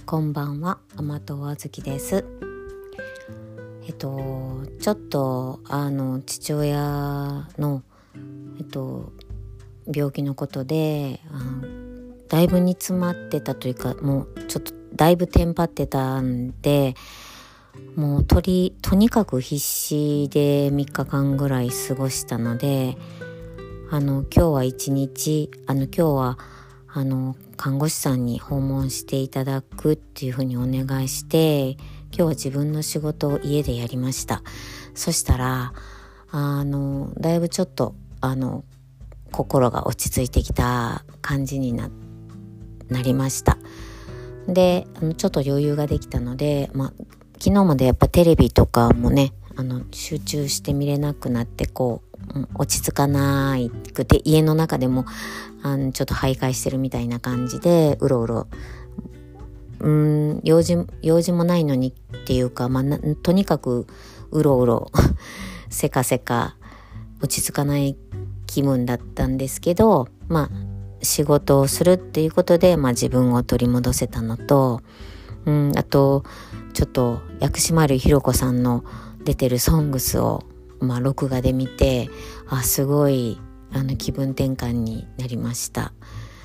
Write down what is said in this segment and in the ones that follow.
こんばんは、甘党あずきです。ちょっと父親の病気のことでだいぶ煮詰まってたというか、もうちょっとだいぶテンパってたんで、もうとにかく必死で3日間ぐらい過ごしたので、今日は一日今日は看護師さんに訪問していただくっていうふうにお願いして、今日は自分の仕事を家でやりました。そしたらだいぶちょっと心が落ち着いてきた感じになりました。でちょっと余裕ができたので、昨日までやっぱテレビとかもね集中して見れなくなって、落ち着かなくて、家の中でもちょっと徘徊してるみたいな感じでうろうろ用事もないのにっていうか、とにかくうろうろせかせか落ち着かない気分だったんですけど、仕事をするっていうことで、自分を取り戻せたのと、あとちょっと薬師丸ひろ子さんの出てるソングスを録画で見て、すごい気分転換になりました。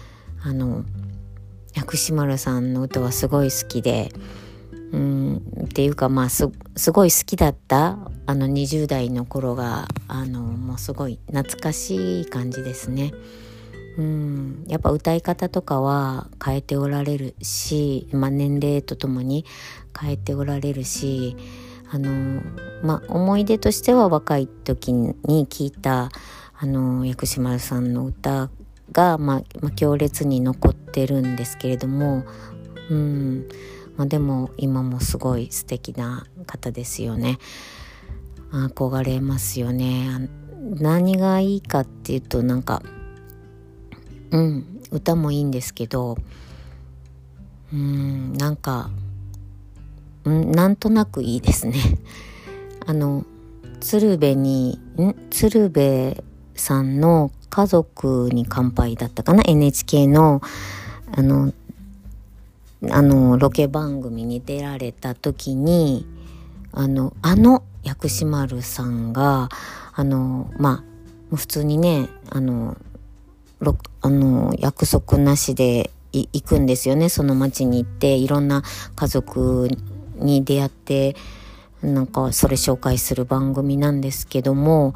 薬師丸さんの歌はすごい好きで、っていうかすごい好きだった20代の頃がもうすごい懐かしい感じですね。やっぱ歌い方とかは変えておられるし、年齢とともに変えておられるし、思い出としては若い時に聴いた薬師丸さんの歌が、強烈に残ってるんですけれども、でも今もすごい素敵な方ですよね。憧れますよね。何がいいかっていうと、歌もいいんですけど、なんとなくいいですね。鶴瓶さんの家族に乾杯だったかな、 NHK のロケ番組に出られた時に薬師丸さんが普通にね約束なしで行くんですよね。その町に行っていろんな家族に出会って、それ紹介する番組なんですけども、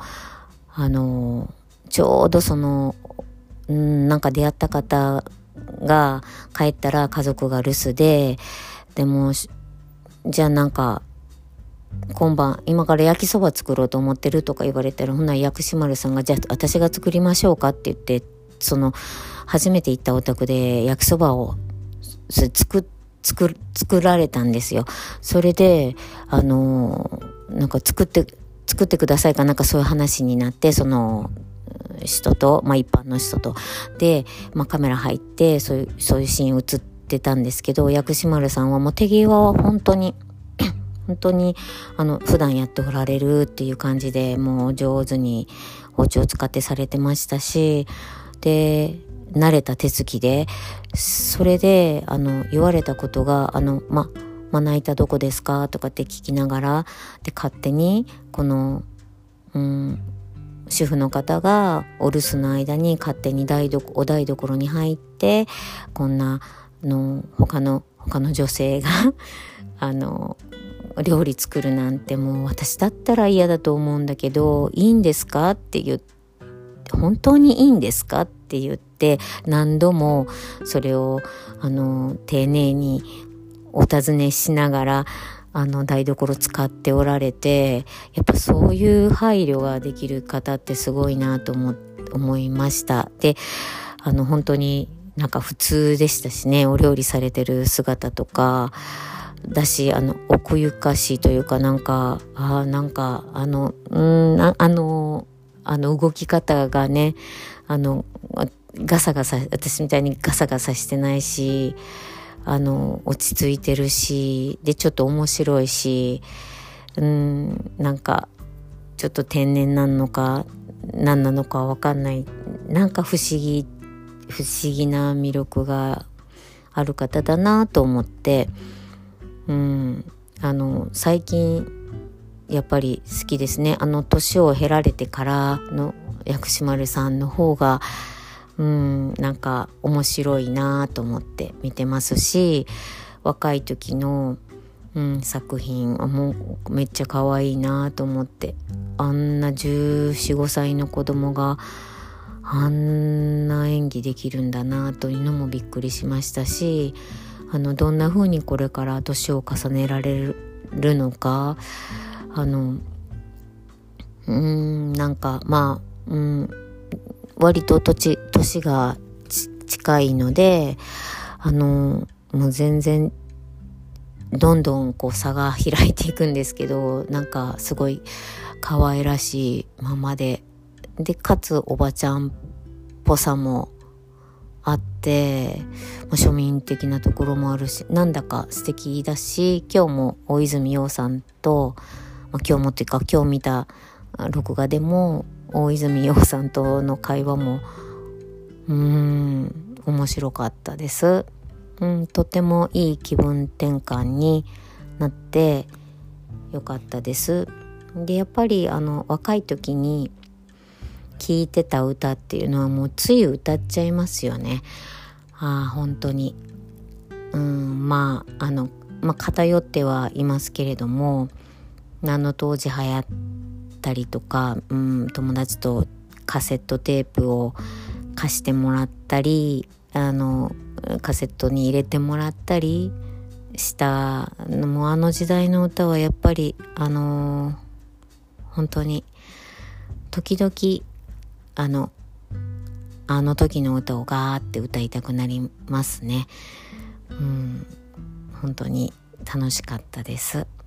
ちょうどその出会った方が帰ったら家族が留守で、でもじゃあ今晩今から焼きそば作ろうと思ってるとか言われたら、ほな薬師丸さんがじゃあ私が作りましょうかって言って、初めて行ったお宅で焼きそばを作られたんですよ。それで作ってくださいかそういう話になって、その人と一般の人とで、カメラ入ってそういうシーン映ってたんですけど、薬師丸さんはもう手際は本当に普段やっておられるっていう感じで、もう上手に包丁を使ってされてましたし、で慣れた手つきで、それで言われたことがまな板どこですかとかって聞きながら、で勝手にこの主婦の方がお留守の間に勝手にお台所に入って、こんな他の女性が料理作るなんて、もう私だったら嫌だと思うんだけど、いいんですかって言って、本当にいいんですかって言って、何度もそれを丁寧にお尋ねしながら台所使っておられて、やっぱそういう配慮ができる方ってすごいなと思いました。で本当に普通でしたしね、お料理されてる姿とかだし、奥ゆかしいというか、動き方がね、私みたいにガサガサしてないし、落ち着いてるし、でちょっと面白いし、ちょっと天然なのか何なのかわかんない、不思議な魅力がある方だなと思って、最近やっぱり好きですね。年を経られてからの薬師丸さんの方がなんか面白いなと思って見てますし、若い時の、作品はもうめっちゃ可愛いなと思って、あんな14、15歳の子供があんな演技できるんだなというのもびっくりしましたし、どんな風にこれから年を重ねられるのか、なんか割と年が近いので、もう全然どんどんこう差が開いていくんですけど、なんかすごい可愛らしいままでかつおばちゃんっぽさもあって、庶民的なところもあるし、なんだか素敵だし、今日も大泉洋さんと、今日見た録画でも大泉洋さんとの会話も面白かったです。とてもいい気分転換になってよかったです。でやっぱり若い時に聴いてた歌っていうのはもうつい歌っちゃいますよね。本当に偏ってはいますけれども、当時流行ったりとか、友達とカセットテープを貸してもらったり、カセットに入れてもらったりしたのも、時代の歌はやっぱり本当に時々時の歌をガーって歌いたくなりますね。本当に楽しかったです。